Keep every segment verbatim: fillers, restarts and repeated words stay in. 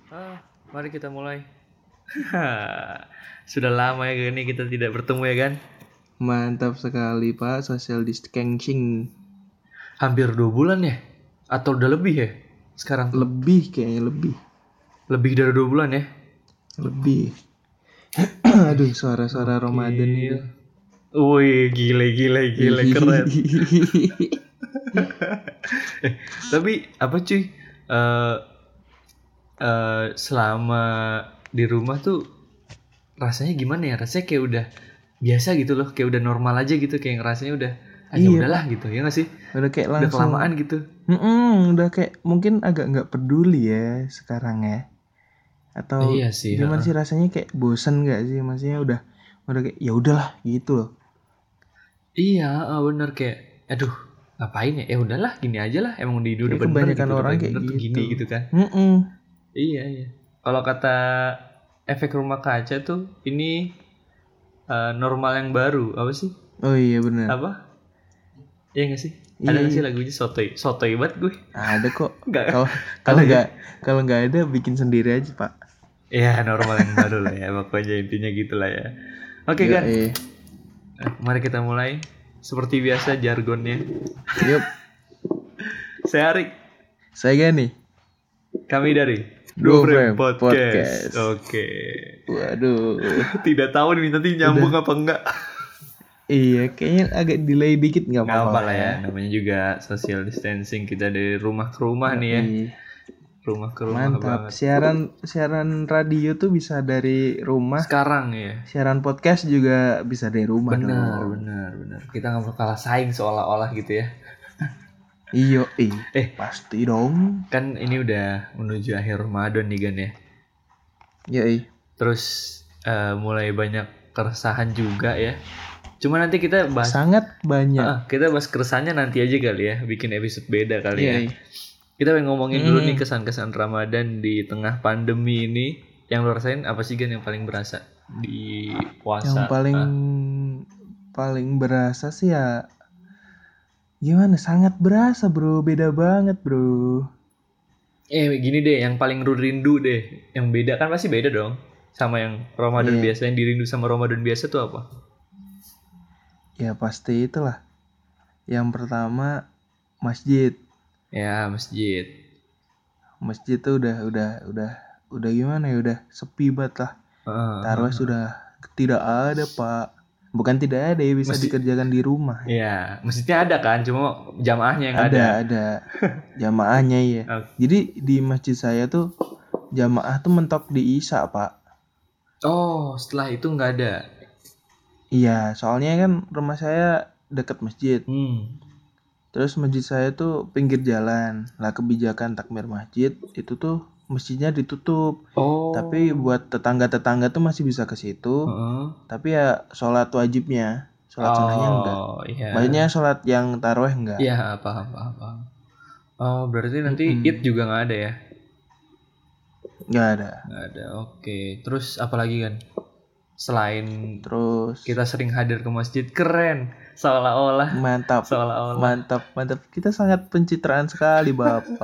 Ah, mari kita mulai. Sudah lama ya ini kita tidak bertemu ya kan? Mantap sekali Pak, social distancing. Hampir dua bulan ya? Atau udah lebih ya? Sekarang tuh? Lebih kayaknya lebih. Lebih dari dua bulan ya? Lebih. Aduh, suara-suara Ramadan ini. Wih, gile gile gile keren. eh, tapi apa cuy? Uh, uh, selama di rumah tuh rasanya gimana ya? Rasanya kayak udah biasa gitu loh, kayak udah normal aja gitu, kayak rasanya udah ah, ya Iya, udahlah Pak. gitu ya nggak sih? Udah kayak Udah langsung kelamaan gitu. Mm-mm, udah kayak mungkin agak nggak peduli ya sekarang ya. Atau Iya sih, gimana ha-ha. sih rasanya, kayak bosen nggak sih? Maksudnya udah udah kayak ya udahlah gitu loh. Iya, ah, bener kayak aduh ngapain ya? Ya udahlah gini aja lah. Emang di udah Kayak bener kebanyakan gitu. Udah orang paling kayak bener tuh gini gitu. gitu kan. Mm-mm. Iya, iya. Kalau kata efek rumah kaca tuh ini uh, normal yang baru. Apa sih? Oh iya benar. Apa? Iya gak sih? Iya, Ada gak sih iya. lagunya sotoy? Sotoy banget gue. Ada kok. Nggak. Kalau Ada kalau ya? nggak kalau nggak ada bikin sendiri aja, Pak. Ya normal yang baru lah ya. Pokoknya intinya gitulah ya. Oke Yo, kan? eh. Eh, Mari kita mulai. Seperti biasa jargonnya. Yup. Saya Arik. Saya Gani. Kami dari Dua Dua Frame Frame Podcast. Podcast. Oke. Waduh. Tidak tahu nih nanti nyambung Udah. apa enggak. Iya, kayaknya agak delay dikit nggak Nggak apa-apa apa lah ya. Namanya juga social distancing, kita dari rumah ke rumah nih ya. Yoi. Rumah ke rumah Mantap. banget. Siaran siaran radio tuh bisa dari rumah. Sekarang ya. Siaran podcast juga bisa dari rumah Benar, dong. benar, benar. Kita nggak bakal kalah saing seolah-olah gitu ya. Iyo, eh, Eh. pasti dong. Kan ini udah menuju akhir Ramadan nih Gan ya. Yoi. Terus uh, mulai banyak keresahan juga ya. Cuma nanti kita bahas Sangat banyak. Ah, kita bahas keresahannya nanti aja kali ya, bikin episode beda kali Iya, ya. iya. Kita pengen ngomongin dulu Hmm. nih kesan-kesan Ramadan di tengah pandemi ini. Yang lo rasain apa sih Gan yang paling berasa di puasa? Yang paling Ah. paling berasa sih ya, gimana? Sangat berasa bro, beda banget bro. Eh gini deh, yang paling lu rindu deh, yang beda kan pasti beda dong, sama yang Ramadan Iya. biasa. Yang dirindu sama Ramadan biasa tuh apa? Ya pasti itulah. Yang pertama masjid. Ya masjid. Masjid tuh udah udah udah udah gimana ya, udah sepi banget lah. Uh, Tarawih sudah tidak ada pak. Bukan tidak ada ya, bisa Masjid- dikerjakan di rumah. Ya, masjidnya ada kan, cuma jamaahnya yang Ada ada. ada jamaahnya ya. Oke. Jadi di masjid saya tuh jamaah tuh mentok di Isya pak. Oh, setelah itu nggak ada. Iya, soalnya kan rumah saya dekat masjid. Hmm. Terus masjid saya tuh pinggir jalan. Lah kebijakan takmir masjid itu tuh masjidnya ditutup. Oh. Tapi buat tetangga-tetangga tuh masih bisa ke situ. Uh-uh. Tapi ya sholat wajibnya, sholat sunnahnya enggak. Oh iya. Maksudnya sholat yang tarawih enggak. Iya, paham, paham, paham. Oh, berarti nanti Mm-mm. Id juga nggak ada ya? Nggak ada. Nggak ada. Oke. Terus apa lagi kan? Selain Terus kita sering hadir ke masjid, keren. Seolah-olah. mantap. Seolah-olah. Mantap, mantap. Kita sangat pencitraan sekali, Bapak.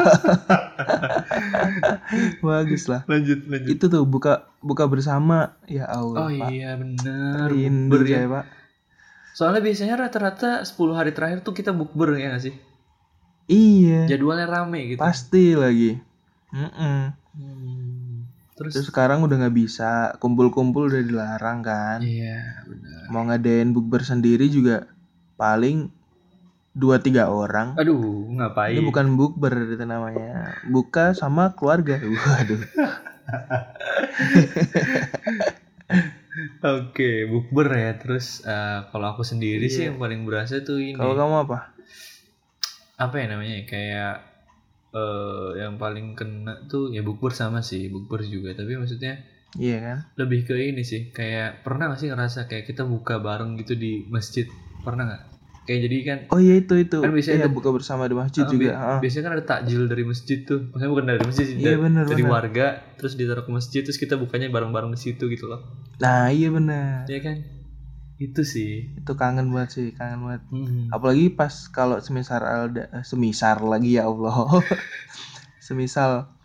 Bagus lah. Lanjut, lanjut. Itu tuh buka buka bersama. Ya Allah, Oh Pak. iya benar. Rindu Bukber ya. saya, Pak. Soalnya biasanya rata-rata sepuluh hari terakhir tuh kita bukber ya nggak sih? Iya. Jadwalnya rame gitu. Pasti lagi. Mm-mm. Hmm. Terus, Terus sekarang udah nggak bisa, kumpul-kumpul udah dilarang kan. iya benar. Mau ngadain bukber sendiri juga paling dua tiga orang. Aduh, ngapain? Ini bukan bukber itu namanya. Buka sama keluarga. Waduh. Oke, bukber ya. Terus uh, kalau aku sendiri sih Iya. yang paling berasa tuh ini. Kalau kamu apa? Apa ya namanya? Kayak uh, yang paling kena tuh ya bukber sama sih, bukber juga. Tapi maksudnya Iya kan? lebih ke ini sih. Kayak pernah gak sih ngerasa kayak kita buka bareng gitu di masjid? Pernah nggak? Kayak jadi kan. Oh iya itu itu. Kan biasanya Iya, ada- buka bersama di masjid Ah, juga. bi- Ah. biasanya kan ada takjil dari masjid tuh. Maksudnya bukan dari masjid sih, Iya, dari, bener, dari bener. warga, terus ditaruh ke masjid, terus kita bukanya bareng-bareng di situ gitu loh. Nah iya benar. Iya kan? Itu sih. Itu kangen banget sih, kangen banget. Hmm. Apalagi pas kalau semisal ada semisal lagi ya Allah. semisal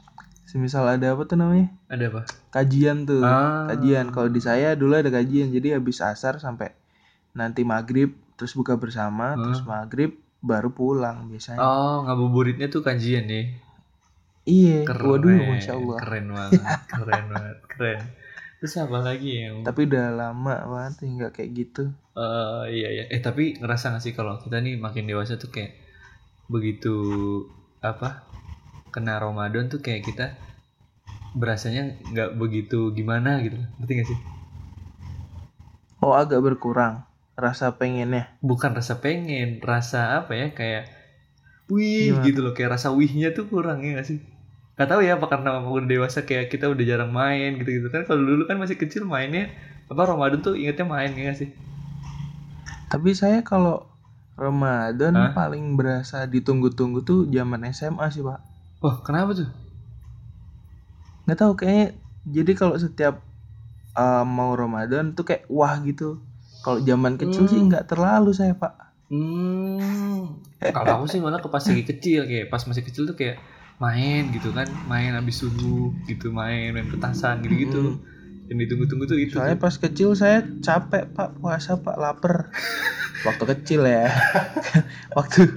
Semisal ada apa tuh namanya? Ada apa? Kajian tuh. Ah. Kajian. Kalau di saya dulu ada kajian. Jadi habis asar sampai nanti maghrib terus buka bersama, Hmm. terus maghrib baru pulang biasanya. Oh, ngabuburitnya tuh kajian nih. Iya. Keren, Waduh, masya Allah. keren banget, keren banget, keren. Terus apa lagi yang? Tapi udah lama banget sih nggak kayak gitu. Uh, iya iya. Eh tapi ngerasa nggak sih kalau kita nih makin dewasa tuh kayak begitu apa? Kena Ramadan tuh kayak kita berasanya nggak begitu gimana gitu, ngerti nggak sih? Oh, agak berkurang rasa pengennya. Bukan rasa pengen, rasa apa ya, kayak wih Gimana? gitu loh, kayak rasa wihnya tuh kurang ya nggak sih? Gak tahu ya apa karena udah dewasa kayak kita udah jarang main gitu-gitu kan. Kalau dulu kan masih kecil mainnya apa, Ramadan tuh ingetnya main ya nggak sih? Tapi saya kalau Ramadan Hah? paling berasa ditunggu-tunggu tuh zaman S M A sih, Pak. Wah, kenapa tuh? Nggak tahu, kayaknya jadi kalau setiap uh, mau Ramadan tuh kayak wah gitu. Kalau zaman kecil Hmm. sih nggak terlalu saya, Pak. Hmm. Kalau aku sih malah ke pas lagi kecil, kayak pas masih kecil tuh kayak main gitu kan, main habis subuh gitu, main main petasan gitu-gitu. Yang ditunggu-tunggu tuh itu. Soalnya tuh. pas kecil saya capek, Pak, puasa, Pak, lapar. Waktu kecil ya. Waktu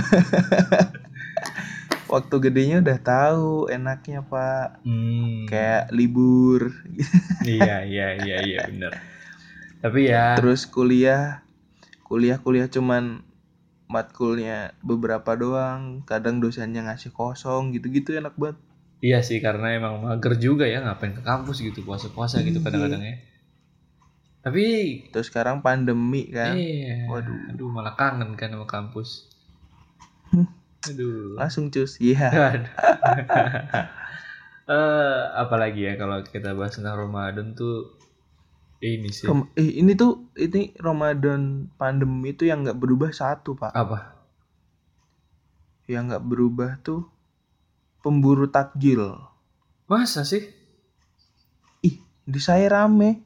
Waktu gedenya udah tahu enaknya, Pak. Hmm. Kayak libur. Iya, iya, iya, iya benar. Tapi ya Terus kuliah, kuliah-kuliah cuman matkulnya beberapa doang, kadang dosennya ngasih kosong gitu-gitu, enak banget. iya sih, karena emang mager juga ya, ngapain ke kampus gitu, puasa-puasa gitu Iya. kadang-kadang ya. Tapi Terus sekarang pandemi kan. iya, Waduh. aduh malah kangen kan sama kampus. Aduh. Langsung cus. Iya. Aduh. Eh, apalagi ya kalau kita bahas tentang Ramadan tuh ini sih. Rom- eh, ini tuh ini Ramadan pandemi itu yang nggak berubah satu, Pak. Apa? Yang nggak berubah tuh pemburu takjil. Masa sih? Ih, di saya rame.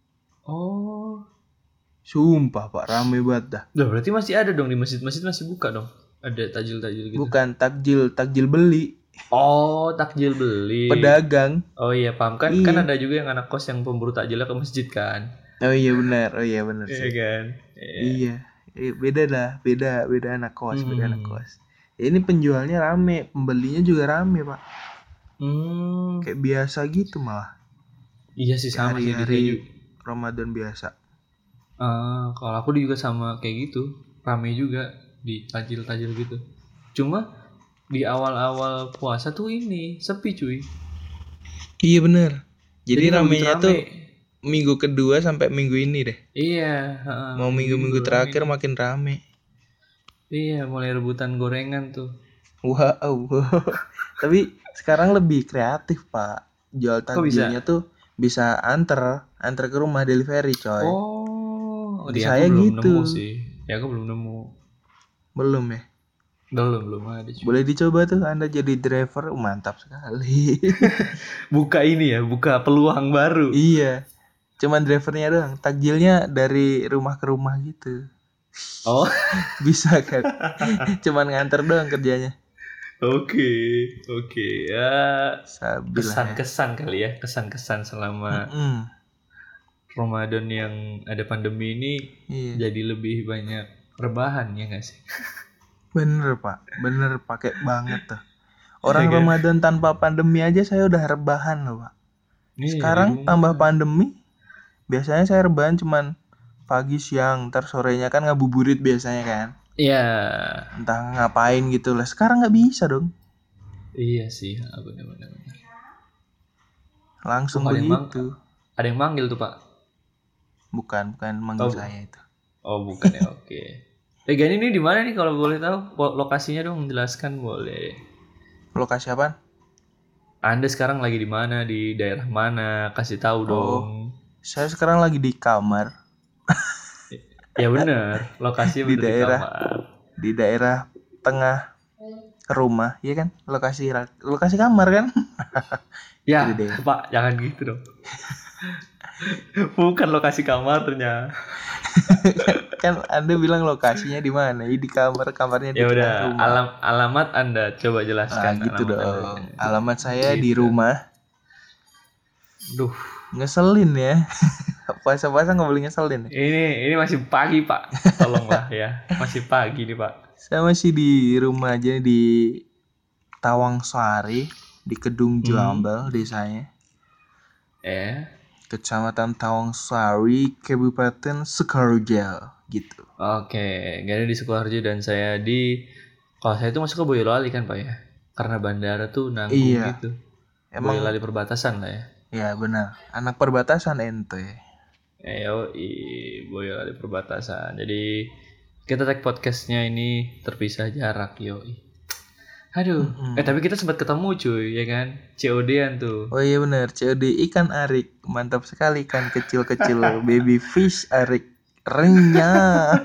Oh. Sumpah, Pak, rame banget dah. Loh, berarti masih ada dong di masjid-masjid, masih buka dong. Ada tajil-tajil gitu. Bukan takjil, takjil beli. Oh, takjil beli. Pedagang. Oh iya, paham kan? Iya. Kan ada juga yang anak kos yang pemburu takjilnya ke masjid kan. Oh iya benar, oh iya benar Iya sih. kan? Iya. Eh, beda dah, beda beda anak kos, beda Hmm. anak kos. Ini penjualnya rame, pembelinya juga rame, Pak. Hmm. Kayak biasa gitu malah. Iya sih, sama sih di saya juga. Hari-hari Ramadan biasa. Ah, kalau aku juga sama kayak gitu, rame juga di tajil-tajil gitu. Cuma di awal-awal puasa tuh ini sepi cuy. Iya benar. Jadi, nggak begitu ramenya rame. tuh minggu kedua sampai minggu ini deh. Iya. heeh, Mau minggu-minggu terakhir rame. makin rame. Iya, mulai rebutan gorengan tuh. Wow. Tapi sekarang lebih kreatif, Pak. Jual Kok bisa? takjilnya tuh bisa anter, anter ke rumah delivery, coy. Oh, Di di saya aku belum gitu. nemu sih. Ya aku belum nemu. Belum ya? Belum, belum ada cuy. Boleh dicoba tuh, Anda jadi driver, mantap sekali. Buka ini ya, buka peluang baru. Iya. Cuman drivernya doang, takjilnya dari rumah ke rumah gitu. Oh, Bisa kan? Cuman nganter doang kerjanya. oke, oke. Ya, Sabi lah ya. kesan-kesan kali ya, kesan-kesan selama Mm-mm. Ramadan yang ada pandemi ini Iya. jadi lebih banyak rebahan ya nggak sih? Bener, Pak. Bener, pakai banget tuh. Orang Iya kan? Ramadan tanpa pandemi aja saya udah rebahan loh, Pak. Iya, Sekarang di rumah. tambah pandemi, biasanya saya rebahan cuman pagi, siang, ntar sorenya kan ngabuburit biasanya kan. Iya, Entah ngapain gitu lah. Sekarang nggak bisa dong. iya sih, ah, benar-benar. Langsung Oh, ada yang mang- begitu. Ada yang manggil tuh Pak? Bukan, bukan manggil Oh. saya itu. Oh bukan ya, oke. Eh Gani ini di mana nih kalau boleh tahu? Po- Lokasinya dong, jelaskan boleh. Lokasi apaan? Anda sekarang lagi di mana? Di daerah mana? Kasih tahu Oh. dong. Saya sekarang lagi di kamar. Ya bener, lokasinya Di bener di daerah. kamar. Di daerah tengah rumah, iya kan? Lokasi lokasi kamar kan? Ya, Di daerah. Pak, jangan gitu dong. Bukan lokasi kamarnya. Kan Anda bilang lokasinya di mana? Ya, di kamar, kamarnya di Ya tengah udah, rumah. alam alamat Anda coba Ah, jelaskan gitu alamat dong. Anda. Alamat saya di Gitu. rumah. Duh, Ngeselin ya. Puasa-puasa nggak boleh ngeselin. Ya? ini ini masih pagi, Pak. Tolonglah ya. Masih pagi nih, Pak. Saya masih di rumah aja di Tawang Sari, di Kedung Hmm. Jombang desanya. Eh. Kecamatan Tawang Sari, Kabupaten Sukoharjo gitu. Oke, Gani di Sukoharjo dan saya di kalau saya itu masuk ke Boyolali kan, Pak ya. Karena bandara tuh nanggung Iya. gitu. Emang Boyolali perbatasan lah ya. ya benar. Anak perbatasan ente. Eh, yo, Boyolali perbatasan. Jadi kita tag podcastnya ini terpisah jarak, yo. Aduh, Mm-mm. eh tapi kita sempat ketemu cuy, ya kan? C O D-an tuh. Oh iya benar, C O D ikan arik. Mantap sekali ikan kecil-kecil baby fish arik. Renyah.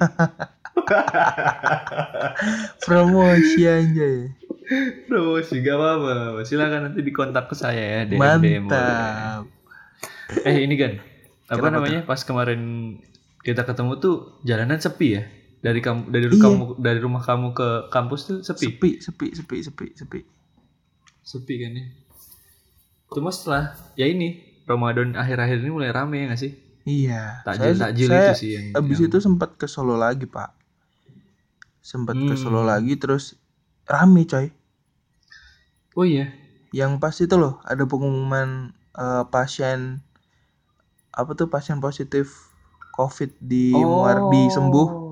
Promosi aja. Promosi gak apa-apa. Silakan nanti dikontak ke saya ya, D M D M boleh. Mantap. Eh ini kan apa Kenapa namanya? Pas kemarin kita ketemu tuh jalanan sepi ya. Dari kamu dari Iya. kamu dari rumah kamu ke kampus tuh sepi. Sepi, sepi, sepi, sepi, sepi. Sepi kan ya. Cuma setelah ya ini Ramadan akhir-akhir ini mulai rame ya gak sih? Iya. Takjil saya, takjil saya itu sih yang abis yang- itu sempat ke Solo lagi pak. Sempat ke Hmm. Solo lagi terus rame coy. Oh iya. Yang pas itu loh ada pengumuman eh, pasien apa tuh pasien positif COVID di Muardi sembuh.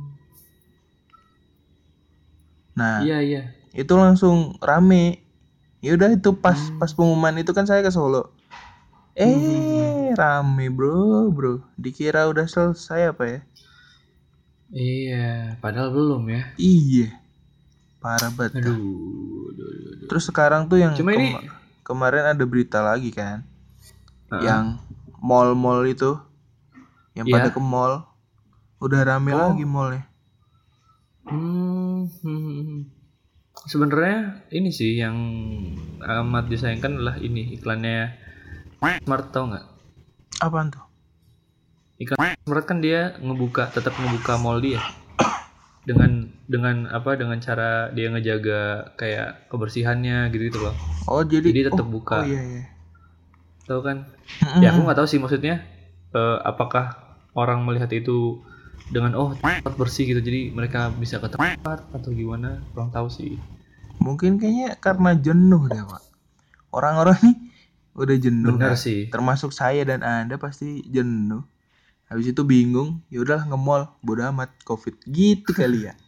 Nah Iya iya. itu langsung rame. Ya udah itu pas pas pengumuman itu kan saya ke Solo. Eh rame bro bro. Dikira udah selesai apa ya? Iya, padahal belum ya. Iya. Parah banget. Aduh, dah. aduh, aduh, aduh. Terus sekarang tuh yang Cuma ini- kema- kemarin ada berita lagi kan, Uh-uh. yang mall-mall itu, yang Iya. pada ke mall, udah rame Oh. lagi mallnya. Hmm, hmm. Sebenarnya ini sih yang amat disayangkan adalah ini iklannya Smart, tau nggak? Apaan tuh? Iklan Smart kan dia ngebuka tetap ngebuka mall dia dengan dengan apa dengan cara dia ngejaga kayak kebersihannya gitu gitu loh. Oh jadi, Jadi tetap oh, buka. Oh iya iya. Tahu kan? Mm-mm. Ya aku nggak tahu sih maksudnya eh, apakah orang melihat itu dengan oh tempat bersih gitu jadi mereka bisa ke tempat atau gimana kurang tahu sih. Mungkin kayaknya karena jenuh deh pak. Orang-orang nih udah jenuh. Bener kan? sih. Termasuk saya dan anda pasti jenuh. Habis itu bingung, ya udahlah nge-mall, bodo amat COVID gitu kali ya.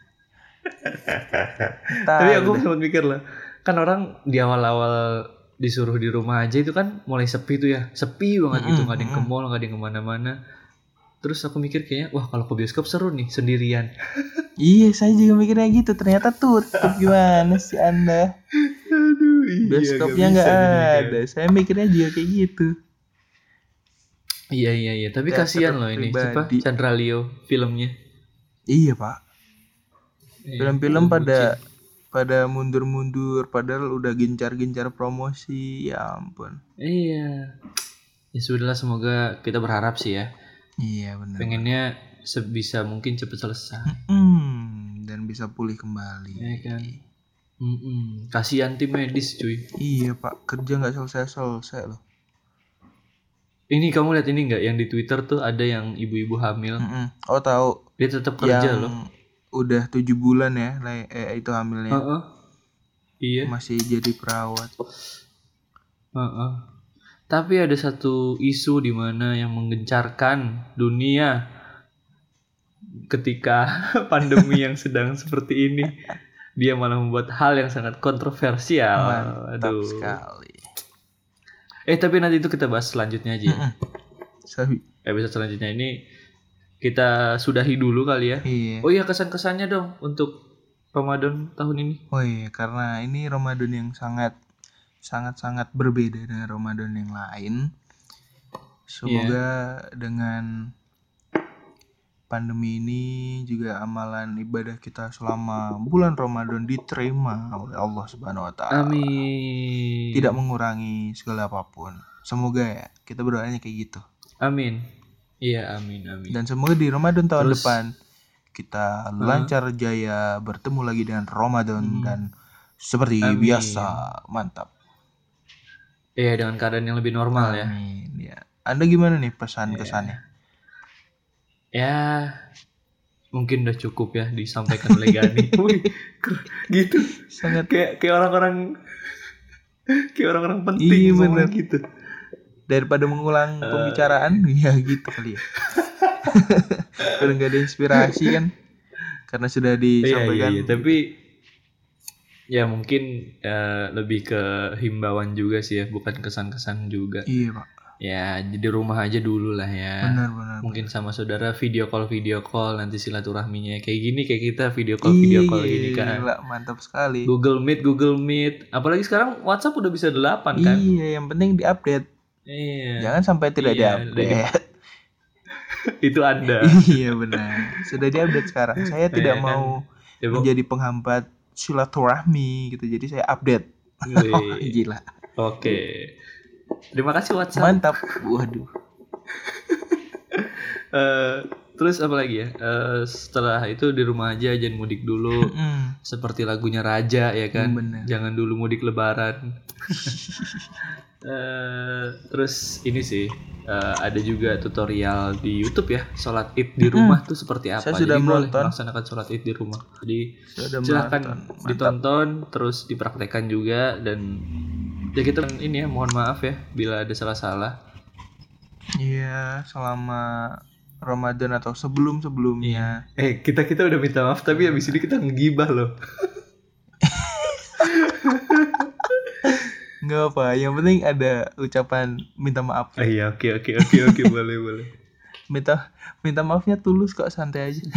Tapi Tahu aku dah. sempat mikir lah, kan orang di awal-awal disuruh di rumah aja itu kan mulai sepi tuh ya, sepi banget gitu, Mm-mm, nggak ada yang ke mall, nggak ada yang kemana-mana. Terus aku mikir kayaknya, wah kalau ke bioskop seru nih sendirian. Iya, saya juga mikirnya gitu. Ternyata tutup. Gimana sih anda? Aduh, iya, Bioskopnya nggak nggak bisa jadi ada. mikir. Saya mikirnya juga kayak gitu. Iya iya iya, tapi Teater kasihan loh ini, siapa pribadi. Chandra Leo filmnya. Iya pak. Iya, Film-film film pada bucin. pada mundur-mundur. Padahal udah gencar-gencar promosi. Ya ampun. Iya. Ya sudahlah, semoga kita berharap sih ya. Iya benar. Pengennya sebisa mungkin cepat selesai. Hmm, dan bisa pulih kembali. Ya kan. Mm-mm. Kasihan tim medis cuy. Iya pak. Kerja nggak selesai-selesai loh. Ini kamu lihat ini nggak yang di Twitter tuh ada yang ibu-ibu hamil, Mm-mm. Oh tahu. dia tetap kerja Yang loh. udah tujuh bulan ya. le- Eh, itu hamilnya. Heeh. Iya. Masih jadi perawat. Heeh. Tapi ada satu isu di mana yang menggencarkan dunia ketika pandemi yang sedang seperti ini, dia malah membuat hal yang sangat kontroversial. Mantap Aduh. sekali. Eh tapi nanti itu kita bahas selanjutnya aja. Ya. Mm-mm. Sabi. Episode selanjutnya ini kita sudahi dulu kali ya. Iya. Oh iya, kesan-kesannya dong untuk Ramadan tahun ini. Oh iya, karena ini Ramadan yang sangat sangat-sangat berbeda dengan Ramadan yang lain. Semoga dengan pandemi ini juga amalan ibadah kita selama bulan Ramadan diterima oleh Allah Subhanahu wa taala. Amin. Tidak mengurangi segala apapun. Semoga ya, kita berdoanya kayak gitu. Amin. Iya, amin, amin. Dan semoga di Ramadan tahun Terus, depan kita lancar jaya bertemu lagi dengan Ramadan Hmm. dan seperti Amin. biasa. Mantap. Iya, dengan keadaan yang lebih normal ya. Amin. Ya. Anda gimana nih pesan kesannya? Ya, mungkin udah cukup ya disampaikan oleh Gani. Wih, ker- gitu. Sangat Kayak kayak orang-orang kayak orang-orang penting Iya, ngomongnya bener. gitu. daripada mengulang pembicaraan, ya gitu kali ya. Kalau nggak ada inspirasi kan, karena sudah Iya, disampaikan. iya, iya. Tapi ya mungkin eh, lebih ke himbauan juga sih ya, bukan kesan-kesan juga. Iya pak. Ya, di rumah aja dulu lah ya. Benar benar. Mungkin sama saudara video call video call nanti silaturahminya kayak gini kayak kita video call video call gini kan. Gila, mantap sekali. Google Meet Google Meet. Apalagi sekarang WhatsApp udah bisa delapan kan. Iya, yang penting diupdate. Iya. Jangan sampai tidak Iya, diupdate. Itu Anda. Iya benar. Sudah diupdate sekarang. Saya tidak Iya kan? mau Ya, Bu. menjadi penghambat silaturahmi gitu. Jadi saya update. Wih. Gila. Oke. Terima kasih WhatsApp. Mantap. Waduh. Eh, terus apa lagi ya? Eh, setelah itu di rumah aja, jangan mudik dulu. Mm. Seperti lagunya Raja ya kan. Bener. Jangan dulu mudik Lebaran. Eh, terus ini sih eh, ada juga tutorial di YouTube ya, sholat Id di rumah tuh seperti apa. Saya sudah Jadi boleh menonton. melaksanakan sholat Id di rumah. Jadi Sudah silakan menonton. Mantap. ditonton, terus dipraktekkan juga, dan ya kita ini ya mohon maaf ya bila ada salah-salah. Iya, selama Ramadan atau sebelum-sebelumnya. Eh kita kita udah minta maaf tapi abis ini kita ngegibah loh. Nggak apa, yang penting ada ucapan minta maaf. Ah, iya oke oke oke oke boleh boleh. Minta minta maafnya tulus kok, santai aja.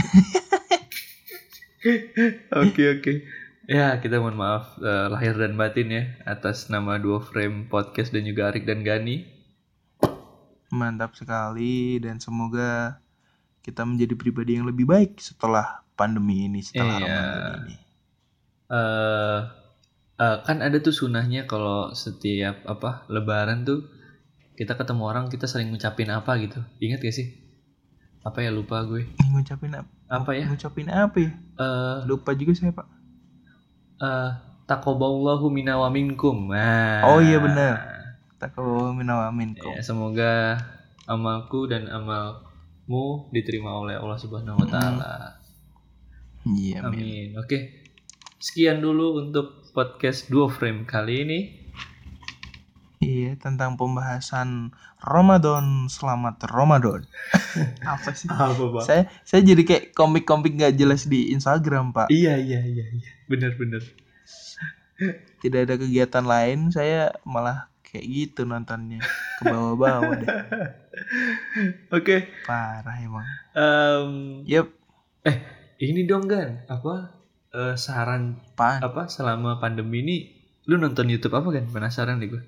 Oke oke. Ya kita mohon maaf eh, lahir dan batin ya atas nama Dua Frame Podcast dan juga Arik dan Gani. Mantap sekali, dan semoga kita menjadi pribadi yang lebih baik setelah pandemi ini, setelah Iya. Ramadan ini. Eh eh, kan ada tuh sunahnya kalau setiap apa Lebaran tuh kita ketemu orang kita sering ngucapin apa gitu. Ingat gak sih? Apa ya lupa gue. Nih, ngucapin apa? Apa ya? Ngucapin apa ya? Eh Lupa juga saya pak. eh taqabbalallahu minna wa minkum. Nah. Oh iya benar. Taqabbal minna wa minkum. Ya, semoga amalku dan amalmu diterima oleh Allah Subhanahu wa taala. Iya, amin. Amin. Oke. Sekian dulu untuk podcast Dua Frame kali ini. Iya, tentang pembahasan Ramadan. Selamat Ramadan. Apa sih? Apa, Pak? Saya saya jadi kayak komik-komik nggak jelas di Instagram, Pak. Iya, iya, iya, iya. Benar-benar. Tidak ada kegiatan lain, saya malah kayak gitu nontonnya, ke bawah-bawah deh. Oke. Parah emang. Em, Yep. eh, ini dong kan apa eh, saran Apaan? apa selama pandemi ini lu nonton YouTube apa kan? Penasaran deh gue.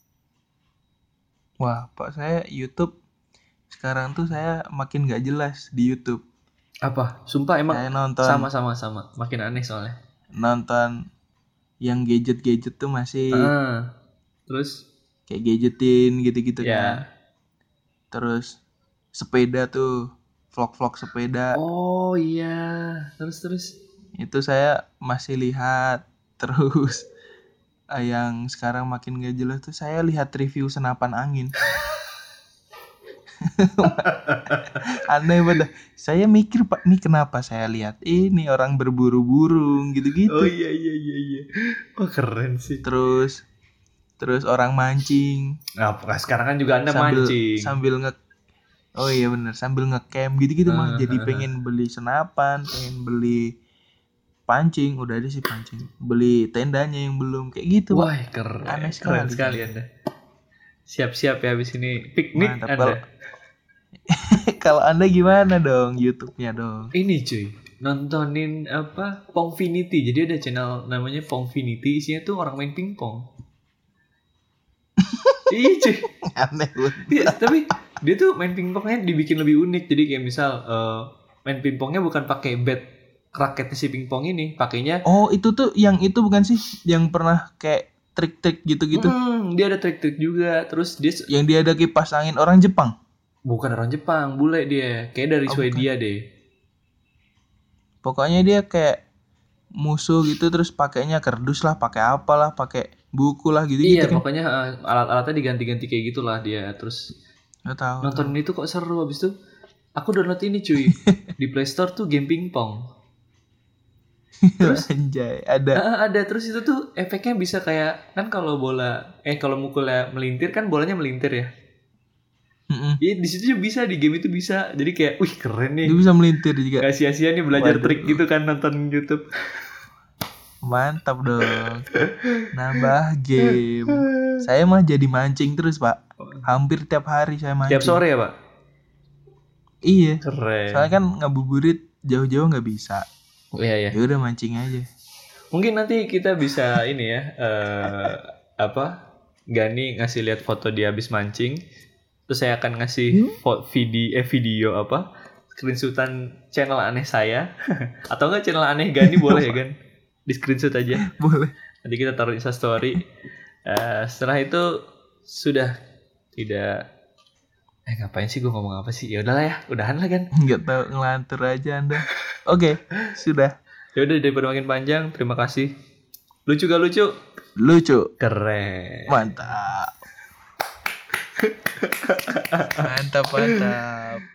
Wah, Pak, saya YouTube sekarang tuh saya makin nggak jelas di YouTube. Apa? Sumpah emang Saya nonton sama-sama sama. Makin aneh soalnya. nonton yang gadget-gadget tuh masih Ah, terus kayak gadgetin gitu-gitu ya. kan. Terus sepeda tuh, vlog-vlog sepeda. Oh iya. Terus terus. Itu saya masih lihat. Terus eh, yang sekarang makin gak jelas tuh saya lihat review senapan angin. Aneh banget. Saya mikir pak, nih kenapa saya lihat ini orang berburu burung gitu-gitu. Oh iya iya iya iya. Oh keren sih. Terus terus orang mancing Nah, sekarang kan juga Anda sambil mancing. sambil nge Oh iya bener, sambil ngecamp gitu-gitu mah. Ah, Jadi ah, pengen beli senapan, pengen beli pancing, udah ada sih pancing. Beli tendanya yang belum kayak gitu, Pak. Wah, keren. Aneh Keren sekali. sekali Anda. Siap-siap ya habis ini piknik Mantap. Anda. Kalau kalau Anda gimana dong YouTube-nya dong? Ini cuy, nontonin apa? Pongfinity. Jadi ada channel namanya Pongfinity, isinya tuh orang main pingpong. Iya cuy. Aneh banget. Iya, tapi dia tuh main pingpongnya dibikin lebih unik. Jadi kayak misal eh, main pingpongnya bukan pakai bat raketnya si pingpong ini, pakainya Oh, itu tuh yang itu bukan sih yang pernah kayak trik-trik gitu-gitu. hmm, dia ada trik-trik juga. Terus dia Yang dia ada kipas angin orang Jepang. Bukan orang Jepang, bule dia. Kayak dari Oh, Swedia deh. Pokoknya dia kayak musuh gitu, terus pakainya kardus lah, pakai apalah, pakai buku lah gitu-gitu Iya, kan. pokoknya uh, alat-alatnya diganti-ganti kayak gitulah dia. Terus Nggak tahu. nonton itu kok seru. Habis itu aku download ini cuy. Di Play Store tuh game pingpong. Terus anjay, ada. Ah, ada. Terus itu tuh efeknya bisa kayak, kan kalau bola, eh kalau mukulnya melintir kan bolanya melintir ya. Mm-mm. Iya, di situ juga bisa, di game itu bisa. Jadi kayak, wih keren nih. Dia bisa melintir juga. Gak sia-sia nih belajar Waduh. trik gitu kan nonton YouTube. Mantap dong. Nambah game. Saya mah jadi mancing terus, Pak. Hampir tiap hari saya mancing. Tiap sore ya Pak? Iya. Keren. Soalnya kan ngabuburit jauh-jauh nggak bisa. Oh, iya ya. Ya udah mancing aja. Mungkin nanti kita bisa ini ya, eh, apa? Gani ngasih lihat foto dia habis mancing. Terus saya akan ngasih foto video eh video apa? Screenshotan channel aneh saya. Atau enggak channel aneh Gani boleh ya kan? Di screenshot aja. Boleh. Nanti kita taruh Insta story. Uh, setelah itu sudah tidak eh ngapain sih gue ngomong apa sih? Ya udahlah ya, udahan lah kan. Nggak tahu, ngelantur aja Anda. Oke, sudah. Ya udah daripada makin panjang, terima kasih. Lucu gak lucu? Lucu. Keren. Mantap. Mantap, mantap.